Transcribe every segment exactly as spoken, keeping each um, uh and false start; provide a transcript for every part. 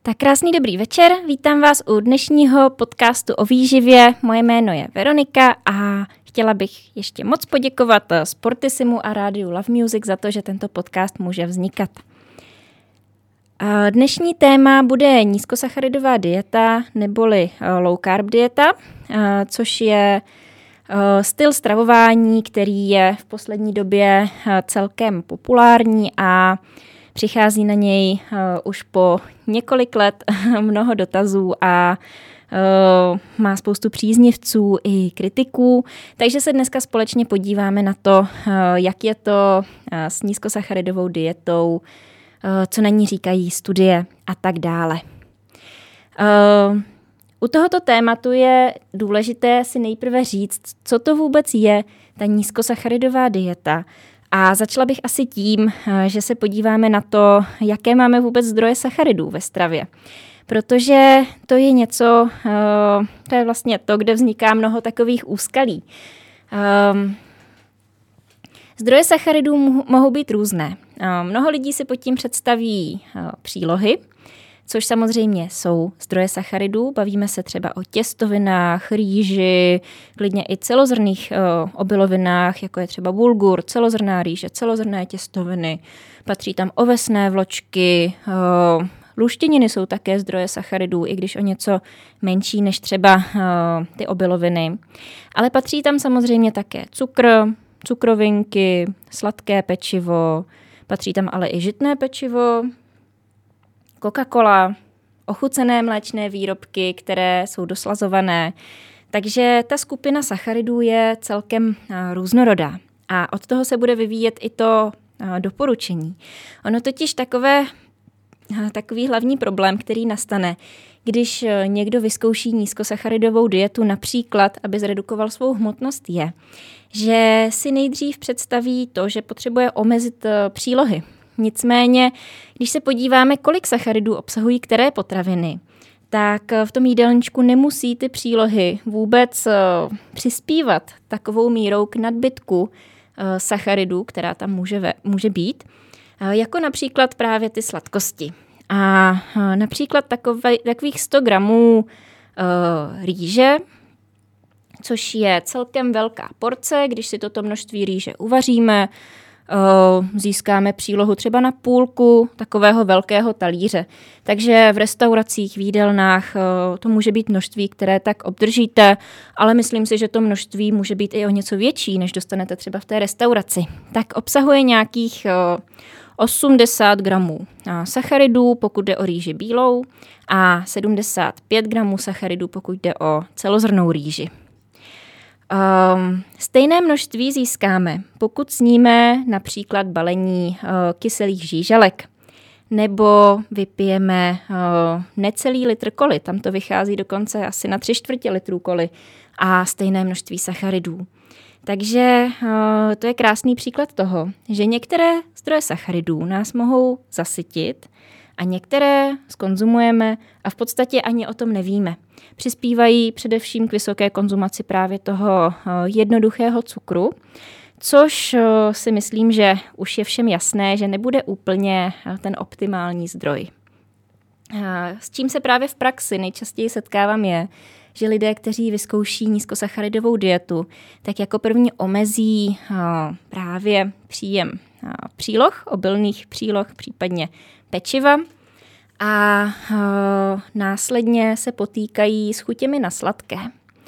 Tak krásný dobrý večer, vítám vás u dnešního podcastu o výživě. Moje jméno je Veronika a chtěla bych ještě moc poděkovat Sportisimu a rádiu Love Music za to, že tento podcast může vznikat. Dnešní téma bude nízkosacharidová dieta neboli low carb dieta, což je styl stravování, který je v poslední době celkem populární a přichází na něj uh, už po několik let mnoho dotazů a uh, má spoustu příznivců i kritiků. Takže se dneska společně podíváme na to, uh, jak je to uh, s nízkosacharidovou dietou, uh, co na ní říkají studie a tak dále. Uh, u tohoto tématu je důležité si nejprve říct, co to vůbec je ta nízkosacharidová dieta. A začala bych asi tím, že se podíváme na to, jaké máme vůbec zdroje sacharidů ve stravě. Protože to je něco, to je vlastně to, kde vzniká mnoho takových úskalí. Zdroje sacharidů mohou být různé. Mnoho lidí si pod tím představí přílohy, což samozřejmě jsou zdroje sacharidů. Bavíme se třeba o těstovinách, rýži, klidně i celozrnných uh, obilovinách, jako je třeba bulgur, celozrnná rýže, celozrnné těstoviny. Patří tam ovesné vločky, uh, luštěniny jsou také zdroje sacharidů, i když o něco menší než třeba uh, ty obiloviny. Ale patří tam samozřejmě také cukr, cukrovinky, sladké pečivo, patří tam ale i žitné pečivo, Coca-Cola, ochucené mléčné výrobky, které jsou doslazované. Takže ta skupina sacharidů je celkem různorodá. A od toho se bude vyvíjet i to doporučení. Ono totiž takové, takový hlavní problém, který nastane, když někdo vyzkouší nízkosacharidovou dietu, například, aby zredukoval svou hmotnost, je, že si nejdřív představí to, že potřebuje omezit přílohy. Nicméně, když se podíváme, kolik sacharidů obsahují které potraviny, tak v tom jídelníčku nemusí ty přílohy vůbec přispívat takovou mírou k nadbytku sacharidů, která tam může, může být, jako například právě ty sladkosti. A například takové, takových sto gramů rýže, což je celkem velká porce, když si toto množství rýže uvaříme, získáme přílohu třeba na půlku takového velkého talíře. Takže v restauracích, v jídelnách to může být množství, které tak obdržíte, ale myslím si, že to množství může být i o něco větší, než dostanete třeba v té restauraci. Tak obsahuje nějakých osmdesát gramů sacharidů, pokud jde o rýži bílou, a sedmdesát pět gramů sacharidů, pokud jde o celozrnnou rýži. Um, stejné množství získáme, pokud sníme například balení uh, kyselých žíželek, nebo vypijeme uh, necelý litr koly, tam to vychází dokonce asi na tři čtvrtě litru koly a stejné množství sacharidů. Takže uh, to je krásný příklad toho, že některé zdroje sacharidů nás mohou zasytit a některé zkonzumujeme a v podstatě ani o tom nevíme. Přispívají především k vysoké konzumaci právě toho jednoduchého cukru, což si myslím, že už je všem jasné, že nebude úplně ten optimální zdroj. S čím se právě v praxi nejčastěji setkávám je, že lidé, kteří vyzkouší nízkosacharidovou dietu, tak jako první omezí právě příjem příloh, obilných příloh, případně pečiva, a uh, následně se potýkají s chutěmi na sladké.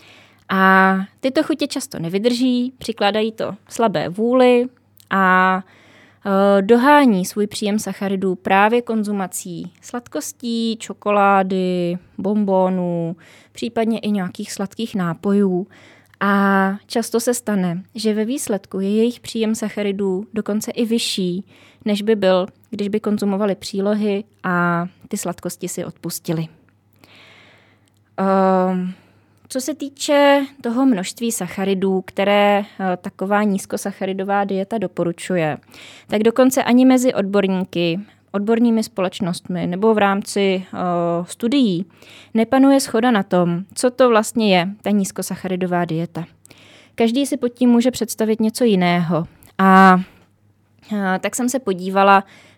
A tyto chutě často nevydrží, přikládají to slabé vůli a uh, dohání svůj příjem sacharidů právě konzumací sladkostí, čokolády, bonbonů, případně i nějakých sladkých nápojů. A často se stane, že ve výsledku je jejich příjem sacharidů dokonce i vyšší, než by byl, když by konzumovali přílohy a ty sladkosti si odpustili. Um, co se týče toho množství sacharidů, které uh, taková nízkosacharidová dieta doporučuje, tak dokonce ani mezi odborníky, odbornými společnostmi nebo v rámci uh, studií nepanuje shoda na tom, co to vlastně je ta nízkosacharidová dieta. Každý si pod tím může představit něco jiného. A uh, tak jsem se podívala,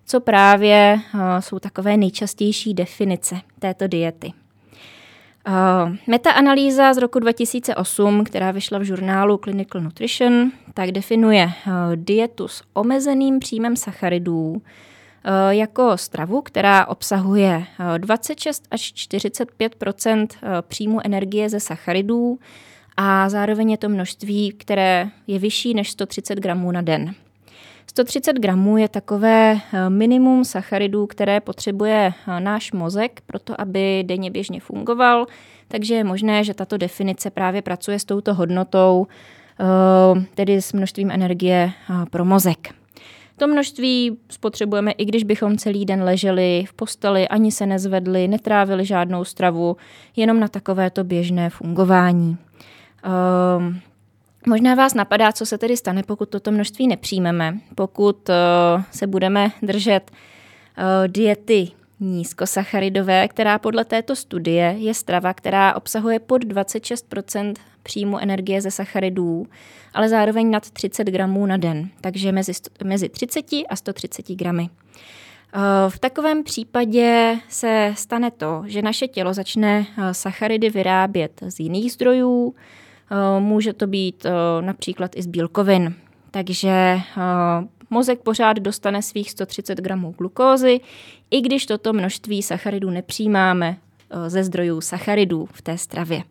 co právě jsou takové nejčastější definice této diety. Metaanalýza z roku dva tisíce osm, která vyšla v žurnálu Clinical Nutrition, tak definuje dietu s omezeným příjmem sacharidů jako stravu, která obsahuje dvacet šest až čtyřicet pět procent příjmu energie ze sacharidů a zároveň je to množství, které je vyšší než sto třicet gramů na den. sto třicet gramů je takové minimum sacharidů, které potřebuje náš mozek pro to, aby denně běžně fungoval, takže je možné, že tato definice právě pracuje s touto hodnotou, tedy s množstvím energie pro mozek. To množství spotřebujeme, i když bychom celý den leželi v posteli, ani se nezvedli, netrávili žádnou stravu, jenom na takovéto běžné fungování. Um, možná vás napadá, co se tedy stane, pokud toto množství nepřijmeme, pokud uh, se budeme držet uh, diety nízkosacharidové, která podle této studie je strava, která obsahuje pod dvacet šest procent příjmu energie ze sacharidů, ale zároveň nad třicet gramů na den, takže mezi, mezi třicet a sto třicet gramy. V takovém případě se stane to, že naše tělo začne sacharidy vyrábět z jiných zdrojů, může to být například i z bílkovin. Takže mozek pořád dostane svých sto třicet gramů glukózy, i když toto množství sacharidů nepřijímáme ze zdrojů sacharidů v té stravě.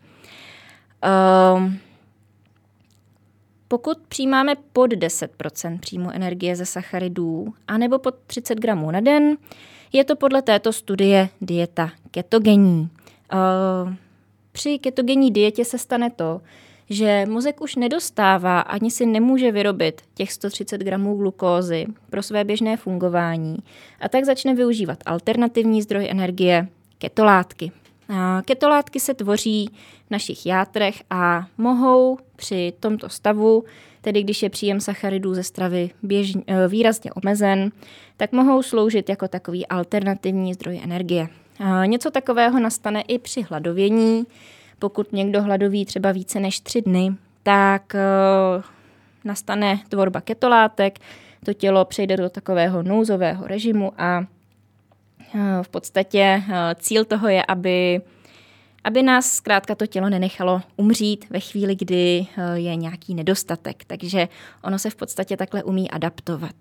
Pokud přijímáme pod deset procent příjmu energie ze sacharidů anebo pod třicet gramů na den, je to podle této studie dieta ketogenní. Při ketogenní dietě se stane to, že mozek už nedostává ani si nemůže vyrobit těch sto třicet gramů glukózy pro své běžné fungování a tak začne využívat alternativní zdroj energie, ketolátky. Ketolátky se tvoří v našich játrech a mohou při tomto stavu, tedy když je příjem sacharidů ze stravy běžně, výrazně omezen, tak mohou sloužit jako takový alternativní zdroj energie. Něco takového nastane i při hladovění. Pokud někdo hladoví třeba více než tři dny, tak nastane tvorba ketolátek, to tělo přejde do takového nouzového režimu a v podstatě cíl toho je, aby, aby nás zkrátka to tělo nenechalo umřít ve chvíli, kdy je nějaký nedostatek. Takže ono se v podstatě takhle umí adaptovat.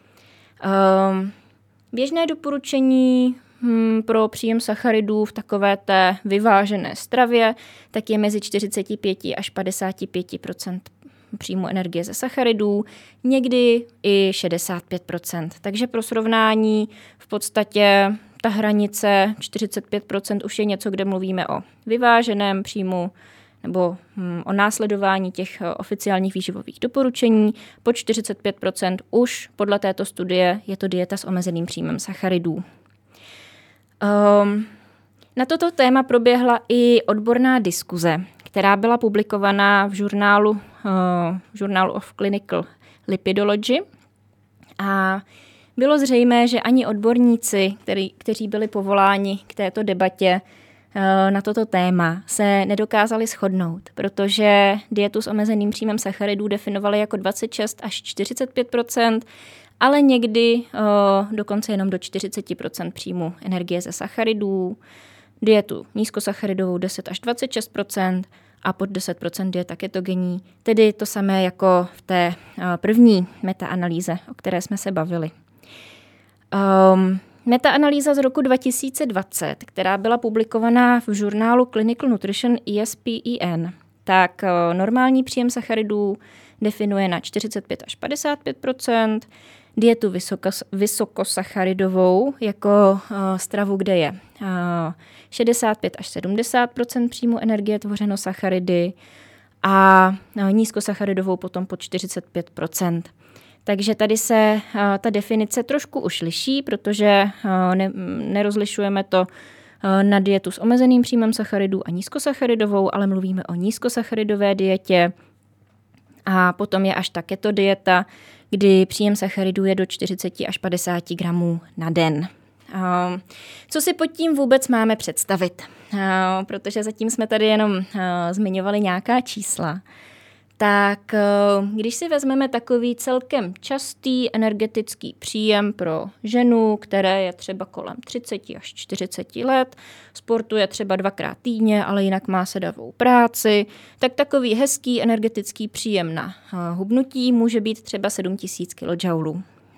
Běžné doporučení pro příjem sacharidů v takové té vyvážené stravě tak je mezi čtyřicet pět až padesát pět procent příjmu energie ze sacharidů, někdy i šedesát pět procent. Takže pro srovnání v podstatě ta hranice čtyřicet pět procent už je něco, kde mluvíme o vyváženém příjmu nebo hm, o následování těch oficiálních výživových doporučení. Po čtyřicet pět procent už podle této studie je to dieta s omezeným příjmem sacharidů. Um, na toto téma proběhla i odborná diskuze, která byla publikovaná v žurnálu, uh, Journal of Clinical Lipidology a bylo zřejmé, že ani odborníci, který, kteří byli povoláni k této debatě uh, na toto téma, se nedokázali shodnout, protože dietu s omezeným příjmem sacharidů definovali jako dvacet šest až čtyřicet pět procent, ale někdy uh, dokonce jenom do čtyřicet procent příjmu energie ze sacharidů, dietu nízkosacharidovou deset až dvacet šest procent a pod deset procent dieta ketogenní, tedy to samé jako v té uh, první metaanalýze, o které jsme se bavili. Um, metaanalýza z roku dva tisíce dvacet, která byla publikovaná v žurnálu Clinical Nutrition E S P E N, tak uh, normální příjem sacharidů definuje na čtyřicet pět až padesát pět procent, dietu vysokos, vysokosacharidovou jako uh, stravu, kde je uh, šedesát pět až sedmdesát procent příjmu energie tvořeno sacharidy a uh, nízkosacharidovou potom pod čtyřicet pět procent. Takže tady se uh, ta definice trošku už liší, protože uh, ne, nerozlišujeme to uh, na dietu s omezeným příjmem sacharidů a nízkosacharidovou, ale mluvíme o nízkosacharidové dietě. A potom je až ta keto dieta, kdy příjem sacharidů je do čtyřicet až padesát gramů na den. Co si pod tím vůbec máme představit? Protože zatím jsme tady jenom zmiňovali nějaká čísla. tak když si vezmeme takový celkem častý energetický příjem pro ženu, které je třeba kolem třicet až čtyřicet let, sportuje třeba dvakrát týdně, ale jinak má sedavou práci, tak takový hezký energetický příjem na hubnutí může být třeba sedm tisíc kilojoulů.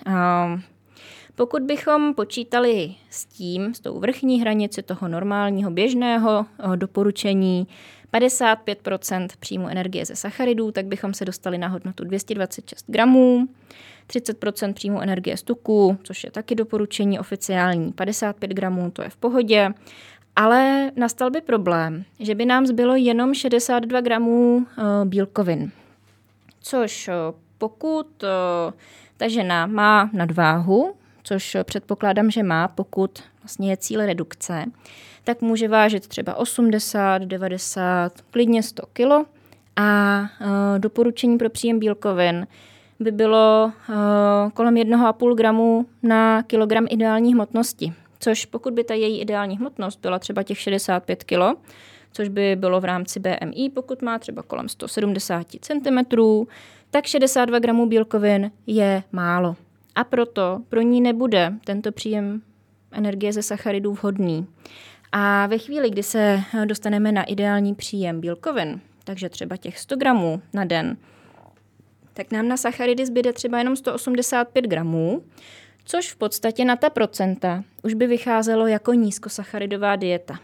Pokud bychom počítali s tím, s tou vrchní hranici toho normálního běžného doporučení padesát pět procent příjmu energie ze sacharidů, tak bychom se dostali na hodnotu dvě stě dvacet šest gramů, třicet procent příjmu energie z tuku, což je taky doporučení oficiální, padesát pět gramů, to je v pohodě, ale nastal by problém, že by nám zbylo jenom šedesát dva gramů bílkovin, což pokud ta žena má nadváhu, což předpokládám, že má, pokud vlastně je cíl redukce, tak může vážit třeba osmdesát, devadesát, klidně sto kilo a uh, doporučení pro příjem bílkovin by bylo uh, kolem jedna a půl gramu na kilogram ideální hmotnosti, což pokud by ta její ideální hmotnost byla třeba těch šedesát pět kilo, což by bylo v rámci B M I, pokud má třeba kolem sto sedmdesát centimetrů, tak šedesát dva gramů bílkovin je málo. A proto pro ní nebude tento příjem energie ze sacharidů vhodný. A ve chvíli, kdy se dostaneme na ideální příjem bílkovin, takže třeba těch sto gramů na den, tak nám na sacharidy zbyde třeba jenom sto osmdesát pět gramů, což v podstatě na ta procenta už by vycházelo jako nízkosacharidová dieta.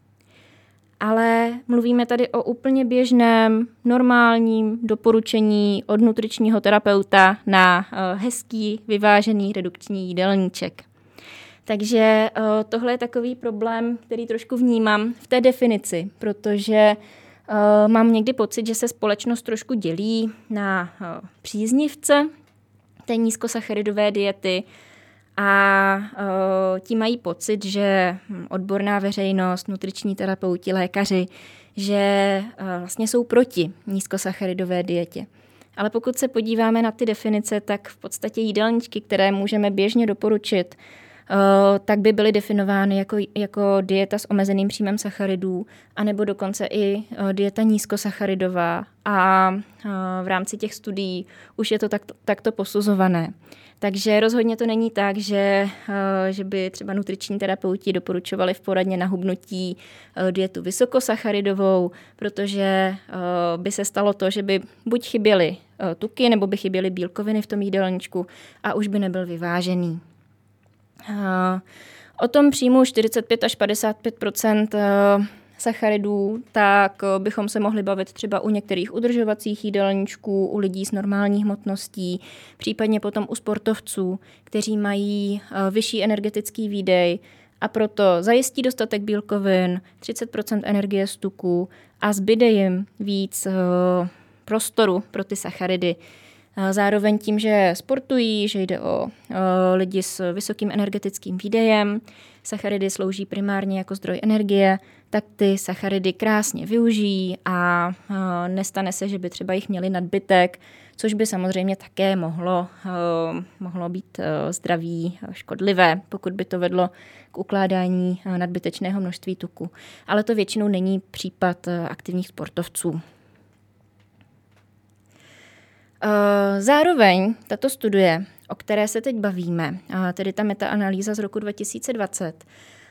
Ale mluvíme tady o úplně běžném, normálním doporučení od nutričního terapeuta na hezký, vyvážený redukční jídelníček. Takže tohle je takový problém, který trošku vnímám v té definici, protože mám někdy pocit, že se společnost trošku dělí na příznivce té nízkosacharidové diety a ti mají pocit, že odborná veřejnost, nutriční terapeuti, lékaři, že vlastně jsou proti nízkosacharidové dietě. Ale pokud se podíváme na ty definice, tak v podstatě jídelníčky, které můžeme běžně doporučit, tak by byly definovány jako, jako dieta s omezeným příjmem sacharidů, anebo dokonce i dieta nízkosacharidová. A v rámci těch studií už je to takto, takto posuzované. Takže rozhodně to není tak, že, že by třeba nutriční terapeuti doporučovali v poradně na hubnutí dietu vysokosacharidovou, protože by se stalo to, že by buď chyběly tuky, nebo by chyběly bílkoviny v tom jídelníčku a už by nebyl vyvážený. O tom příjmu čtyřicet pět až padesát pět procent sacharidů, tak bychom se mohli bavit třeba u některých udržovacích jídelníčků, u lidí s normální hmotností, případně potom u sportovců, kteří mají vyšší energetický výdej a proto zajistí dostatek bílkovin, třicet procent energie z tuku a zbyde jim víc prostoru pro ty sacharidy. Zároveň tím, že sportují, že jde o, o lidi s vysokým energetickým výdejem, sacharidy slouží primárně jako zdroj energie, tak ty sacharidy krásně využijí a, a nestane se, že by třeba jich měli nadbytek, což by samozřejmě také mohlo, a, mohlo být a, zdraví škodlivé, pokud by to vedlo k ukládání nadbytečného množství tuku. Ale to většinou není případ aktivních sportovců. Zároveň tato studie, o které se teď bavíme, tedy ta metaanalýza z roku dva tisíce dvacet,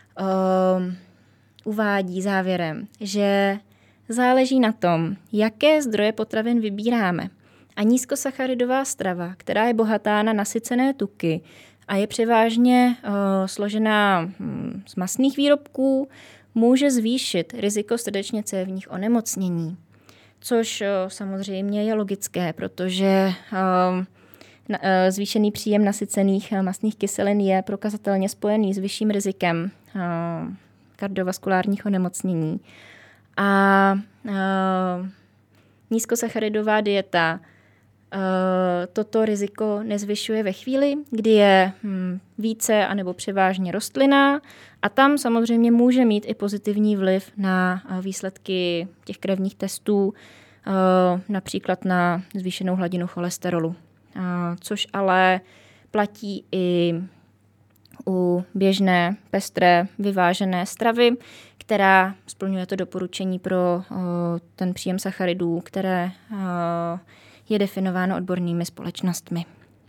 uvádí závěrem, že záleží na tom, jaké zdroje potravin vybíráme. A nízkosacharidová strava, která je bohatá na nasycené tuky a je převážně složená z mastných výrobků, může zvýšit riziko srdečně cévních onemocnění. Což samozřejmě je logické, protože zvýšený příjem nasycených mastných kyselin je prokazatelně spojený s vyšším rizikem kardiovaskulárních onemocnění. A nízkosacharidová dieta toto riziko nezvyšuje ve chvíli, kdy je více anebo převážně rostlinná a tam samozřejmě může mít i pozitivní vliv na výsledky těch krevních testů, například na zvýšenou hladinu cholesterolu, což ale platí i u běžné, pestré, vyvážené stravy, která splňuje to doporučení pro o, ten příjem sacharidů, které o, je definováno odbornými společnostmi.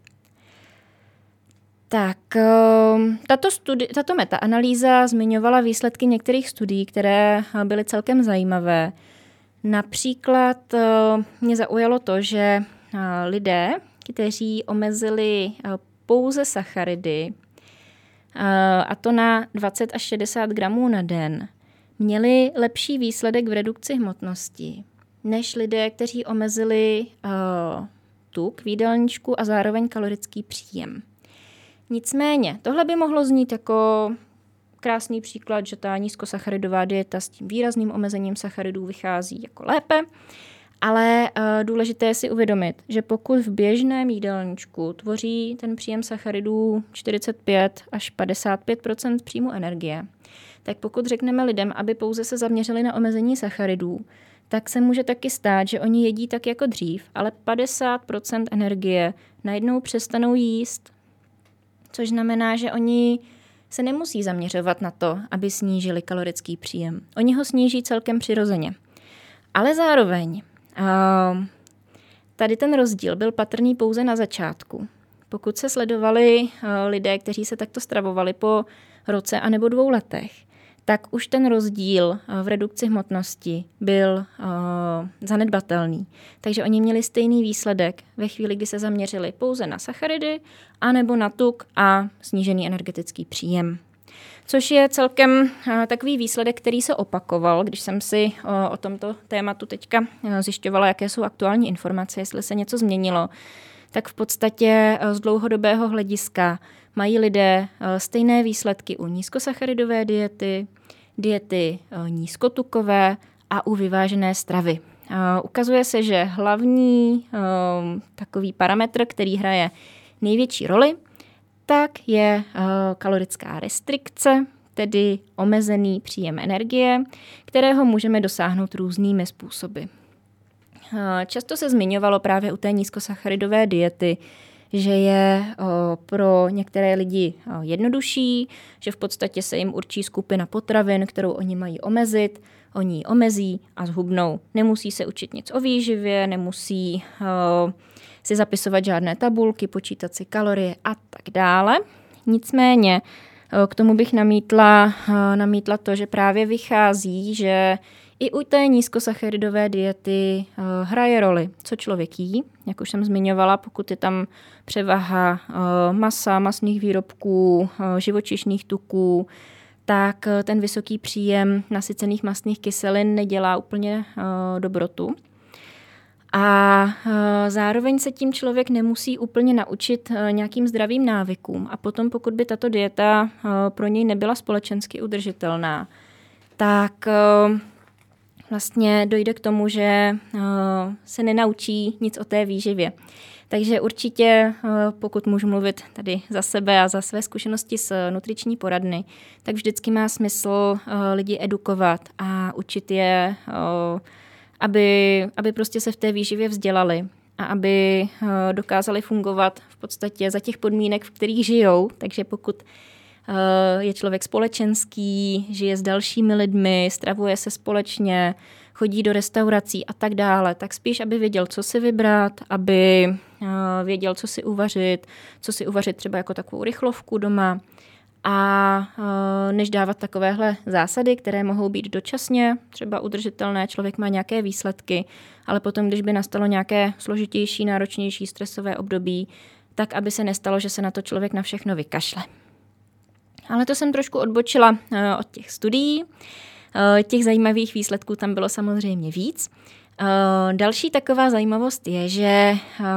Tak, tato, studi- tato metaanalýza zmiňovala výsledky některých studií, které byly celkem zajímavé. Například mě zaujalo to, že lidé, kteří omezili pouze sacharidy, a to na dvacet až šedesát gramů na den, měli lepší výsledek v redukci hmotnosti, než lidé, kteří omezili tuk v jídelníčku a zároveň kalorický příjem. Nicméně, tohle by mohlo znít jako krásný příklad, že ta nízkosacharidová dieta s tím výrazným omezením sacharidů vychází jako lépe, ale uh, důležité je si uvědomit, že pokud v běžném jídelníčku tvoří ten příjem sacharidů čtyřicet pět až padesát pět procent příjmu energie, tak pokud řekneme lidem, aby pouze se zaměřili na omezení sacharidů, tak se může taky stát, že oni jedí tak jako dřív, ale padesát procent energie najednou přestanou jíst, což znamená, že oni se nemusí zaměřovat na to, aby snížili kalorický příjem. Oni ho sníží celkem přirozeně. Ale zároveň uh, tady ten rozdíl byl patrný pouze na začátku. Pokud se sledovali uh, lidé, kteří se takto stravovali po roce anebo dvou letech, tak už ten rozdíl uh, v redukci hmotnosti byl uh, zanedbatelný. Takže oni měli stejný výsledek ve chvíli, kdy se zaměřili pouze na sacharidy anebo na tuk a snížený energetický příjem. Což je celkem uh, takový výsledek, který se opakoval, když jsem si uh, o tomto tématu teďka uh, zjišťovala, jaké jsou aktuální informace, jestli se něco změnilo, tak v podstatě uh, z dlouhodobého hlediska mají lidé uh, stejné výsledky u nízkosacharidové diety, diety uh, nízkotukové a u vyvážené stravy. Uh, ukazuje se, že hlavní uh, takový parametr, který hraje největší roli, tak je uh, kalorická restrikce, tedy omezený příjem energie, kterého můžeme dosáhnout různými způsoby. Uh, často se zmiňovalo právě u té nízkosacharidové diety, že je uh, pro některé lidi uh, jednodušší, že v podstatě se jim určí skupina potravin, kterou oni mají omezit, oni ji omezí a zhubnou. Nemusí se učit nic o výživě, nemusí uh, si zapisovat žádné tabulky, počítat si kalorie a tak dále. Nicméně k tomu bych namítla, namítla to, že právě vychází, že i u té nízkosacharidové diety hraje roli, co člověk jí. Jak už jsem zmiňovala, pokud je tam převaha masa, masných výrobků, živočišných tuků, tak ten vysoký příjem nasycených mastných kyselin nedělá úplně dobrotu. A zároveň se tím člověk nemusí úplně naučit nějakým zdravým návykům. A potom, pokud by tato dieta pro něj nebyla společensky udržitelná, tak vlastně dojde k tomu, že se nenaučí nic o té výživě. Takže určitě, pokud můžu mluvit tady za sebe a za své zkušenosti s nutriční poradny, tak vždycky má smysl lidi edukovat a učit je, aby, aby prostě se v té výživě vzdělali a aby dokázali fungovat v podstatě za těch podmínek, v kterých žijou. Takže pokud je člověk společenský, žije s dalšími lidmi, stravuje se společně, chodí do restaurací a tak dále, tak spíš, aby věděl, co si vybrat, aby věděl, co si uvařit, co si uvařit třeba jako takovou rychlovku doma. A než dávat takovéhle zásady, které mohou být dočasně třeba udržitelné, člověk má nějaké výsledky, ale potom, když by nastalo nějaké složitější, náročnější stresové období, tak aby se nestalo, že se na to člověk na všechno vykašle. Ale to jsem trošku odbočila od těch studií. Těch zajímavých výsledků tam bylo samozřejmě víc. Další taková zajímavost je, že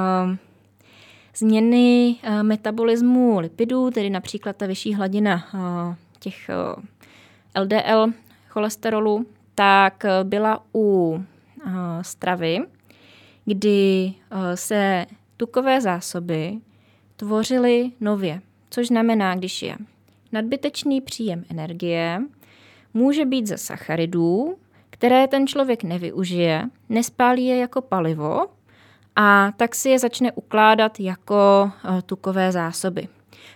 změny metabolismu lipidů, tedy například ta vyšší hladina těch L D L cholesterolu, tak byla u stravy, kdy se tukové zásoby tvořily nově, což znamená, když je nadbytečný příjem energie, může být ze sacharidů, které ten člověk nevyužije, nespálí je jako palivo a tak si je začne ukládat jako tukové zásoby.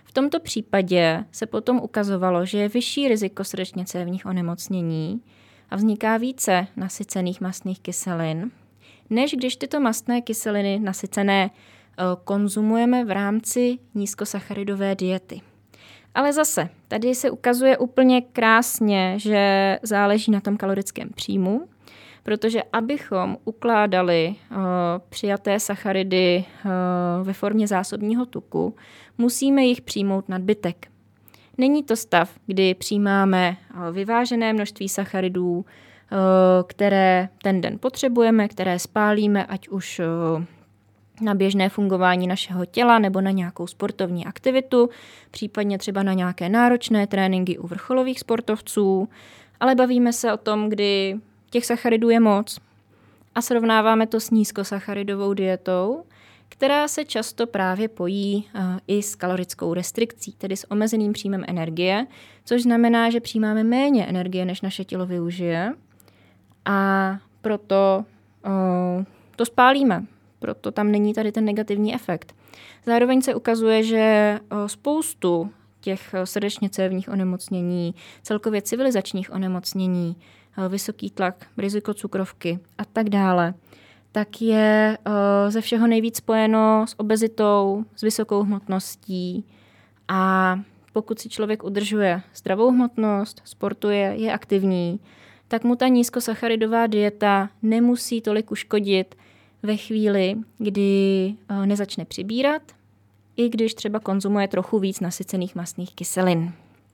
V tomto případě se potom ukazovalo, že je vyšší riziko srdečně-cévních onemocnění a vzniká více nasycených mastných kyselin, než když tyto mastné kyseliny nasycené konzumujeme v rámci nízkosacharidové diety. Ale zase, tady se ukazuje úplně krásně, že záleží na tom kalorickém příjmu, protože abychom ukládali uh, přijaté sacharidy uh, ve formě zásobního tuku, musíme jich přijmout nadbytek. Není to stav, kdy přijímáme uh, vyvážené množství sacharidů, uh, které ten den potřebujeme, které spálíme, ať už uh, na běžné fungování našeho těla nebo na nějakou sportovní aktivitu, případně třeba na nějaké náročné tréninky u vrcholových sportovců, ale bavíme se o tom, kdy těch sacharidů je moc a srovnáváme to s nízkosacharidovou dietou, která se často právě pojí uh, i s kalorickou restrikcí, tedy s omezeným příjmem energie, což znamená, že přijímáme méně energie, než naše tělo využije a proto uh, to spálíme. Proto tam není tady ten negativní efekt. Zároveň se ukazuje, že spoustu těch srdečně-cévních onemocnění, celkově civilizačních onemocnění, vysoký tlak, riziko cukrovky a tak dále, tak je ze všeho nejvíc spojeno s obezitou, s vysokou hmotností a pokud si člověk udržuje zdravou hmotnost, sportuje, je aktivní, tak mu ta nízkosacharidová dieta nemusí tolik uškodit ve chvíli, kdy nezačne přibírat, i když třeba konzumuje trochu víc nasycených mastných kyselin.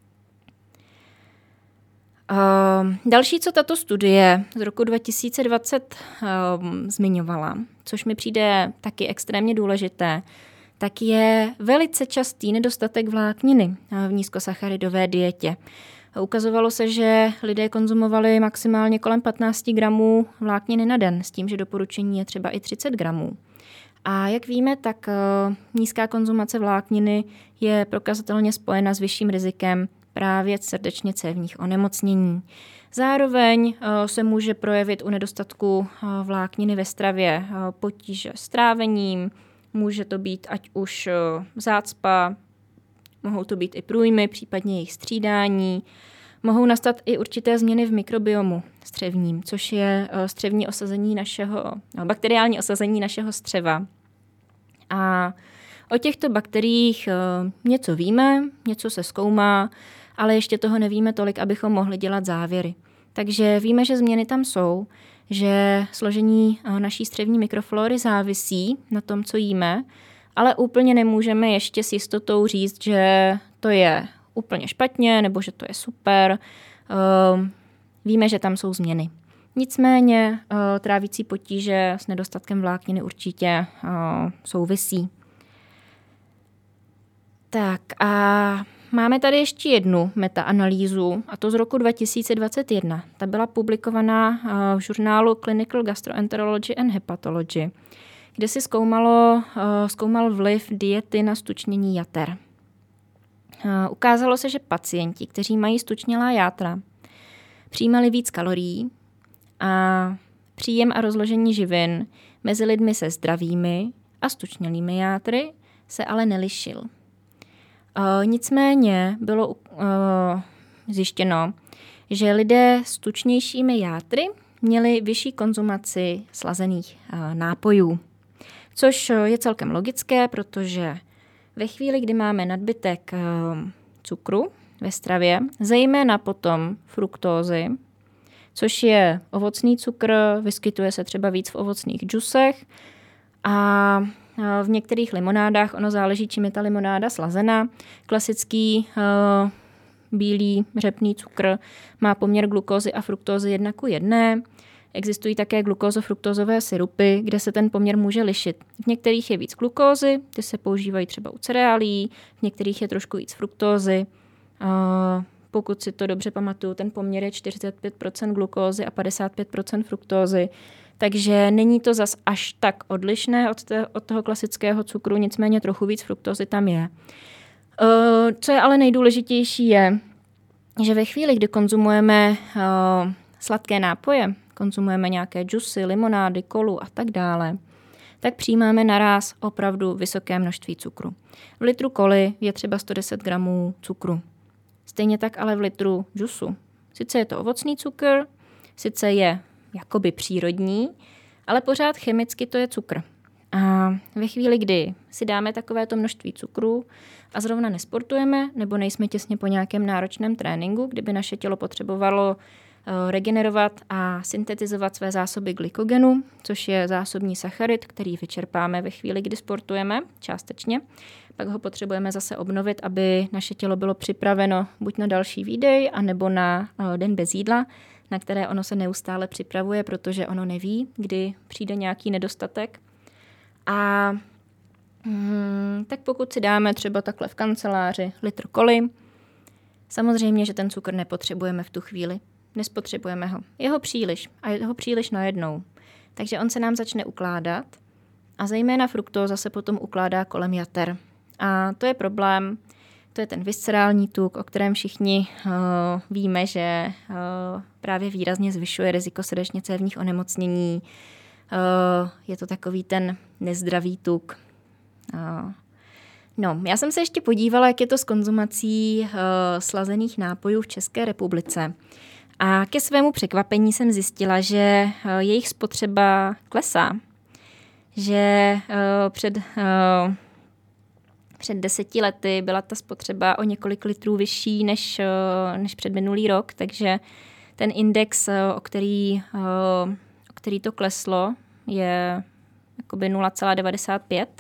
Další, co tato studie z roku dva tisíce dvacet um, zmiňovala, což mi přijde taky extrémně důležité, tak je velice častý nedostatek vlákniny v nízkosacharidové dietě. Ukazovalo se, že lidé konzumovali maximálně kolem patnáct gramů vlákniny na den, s tím, že doporučení je třeba i třicet gramů. A jak víme, tak nízká konzumace vlákniny je prokazatelně spojena s vyšším rizikem právě srdečně-cévních onemocnění. Zároveň se může projevit u nedostatku vlákniny ve stravě potíže s trávením, může to být ať už zácpa, mohou to být i průjmy, případně jejich střídání. Mohou nastat i určité změny v mikrobiomu střevním, což je střevní osazení našeho, no, bakteriální osazení našeho střeva. A o těchto bakteriích něco víme, něco se zkoumá, ale ještě toho nevíme tolik, abychom mohli dělat závěry. Takže víme, že změny tam jsou, že složení naší střevní mikroflory závisí na tom, co jíme, ale úplně nemůžeme ještě s jistotou říct, že to je úplně špatně nebo že to je super. Víme, že tam jsou změny. Nicméně trávící potíže s nedostatkem vlákniny určitě souvisí. Tak a máme tady ještě jednu metaanalýzu, a to z roku dva tisíce dvacet jedna. Ta byla publikovaná v žurnálu Clinical Gastroenterology and Hepatology, kde si zkoumalo, zkoumal vliv diety na ztučnění jater. Ukázalo se, že pacienti, kteří mají ztučnělá játra, přijímali víc kalorií a příjem a rozložení živin mezi lidmi se zdravými a ztučnělými játry se ale nelišil. Nicméně bylo zjištěno, že lidé s tučnějšími játry měli vyšší konzumaci slazených nápojů. Což je celkem logické, protože ve chvíli, kdy máme nadbytek cukru ve stravě, zejména potom fruktózy, což je ovocný cukr, vyskytuje se třeba víc v ovocných džusech a v některých limonádách, ono záleží, čím je ta limonáda slazena. Klasický uh, bílý řepný cukr má poměr glukózy a fruktózy jedna ku jedné. Existují také glukózofruktózové syrupy, kde se ten poměr může lišit. V některých je víc glukózy, ty se používají třeba u cereálí, v některých je trošku víc fruktózy. Uh, pokud si to dobře pamatuju, ten poměr je čtyřicet pět procent glukózy a padesát pět procent fruktózy. Takže není to zas až tak odlišné od, te, od toho klasického cukru, nicméně trochu víc fruktózy tam je. Uh, co je ale nejdůležitější je, že ve chvíli, kdy konzumujeme uh, sladké nápoje, konzumujeme nějaké džusy, limonády, kolu a tak dále, tak přijímáme naráz opravdu vysoké množství cukru. V litru koly je třeba sto deset gramů cukru. Stejně tak ale v litru džusu. Sice je to ovocný cukr, sice je jakoby přírodní, ale pořád chemicky to je cukr. A ve chvíli, kdy si dáme takovéto množství cukru a zrovna nesportujeme, nebo nejsme těsně po nějakém náročném tréninku, kdyby naše tělo potřebovalo regenerovat a syntetizovat své zásoby glykogenu, což je zásobní sacharid, který vyčerpáme ve chvíli, kdy sportujeme částečně. Pak ho potřebujeme zase obnovit, aby naše tělo bylo připraveno buď na další výdej, anebo na den bez jídla, na které ono se neustále připravuje, protože ono neví, kdy přijde nějaký nedostatek. A hmm, tak pokud si dáme třeba takhle v kanceláři litr koly, samozřejmě, že ten cukr nepotřebujeme v tu chvíli. Nespotřebujeme ho. Je ho příliš a je ho příliš najednou. Takže on se nám začne ukládat a zejména fruktóza se potom ukládá kolem jater. A to je problém, to je ten viscerální tuk, o kterém všichni uh, víme, že uh, právě výrazně zvyšuje riziko srdečně-cévních onemocnění. Uh, je to takový ten nezdravý tuk. Uh, no, já jsem se ještě podívala, jak je to s konzumací uh, slazených nápojů v České republice. A ke svému překvapení jsem zjistila, že uh, jejich spotřeba klesá. Že uh, před... Uh, Před deseti lety byla ta spotřeba o několik litrů vyšší než, než před minulý rok, takže ten index, o který, o který to kleslo, je jakoby nula celá devadesát pět.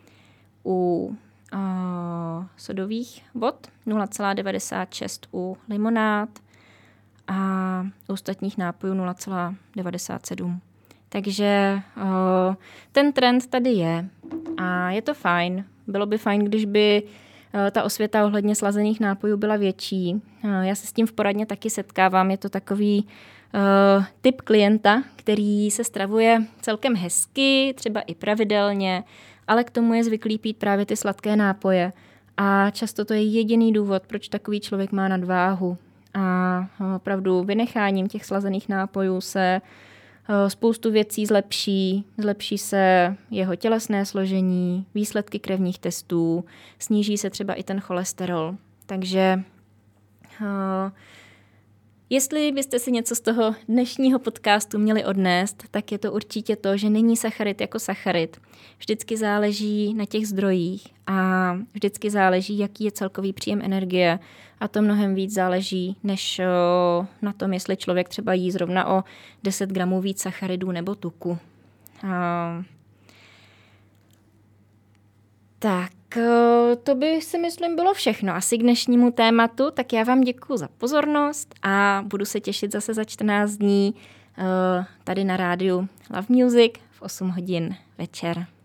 U o, sodových vod nula celá devadesát šest u limonád a u ostatních nápojů nula celá devadesát sedm. Takže o, ten trend tady je a je to fajn. Bylo by fajn, když by ta osvěta ohledně slazených nápojů byla větší. Já se s tím v poradně taky setkávám. Je to takový uh, typ klienta, který se stravuje celkem hezky, třeba i pravidelně, ale k tomu je zvyklý pít právě ty sladké nápoje. A často to je jediný důvod, proč takový člověk má nadváhu. A opravdu vynecháním těch slazených nápojů se spoustu věcí zlepší, zlepší se jeho tělesné složení, výsledky krevních testů, sníží se třeba i ten cholesterol. Takže uh, jestli byste si něco z toho dnešního podcastu měli odnést, tak je to určitě to, že není sacharid jako sacharid. Vždycky záleží na těch zdrojích a vždycky záleží, jaký je celkový příjem energie. A to mnohem víc záleží, než o, na tom, jestli člověk třeba jí zrovna o deset gramů víc sacharidů nebo tuku. A, tak, o, to by si myslím bylo všechno asi k dnešnímu tématu. Tak já vám děkuju za pozornost a budu se těšit zase za čtrnáct dní o, tady na rádiu Love Music v osm hodin večer.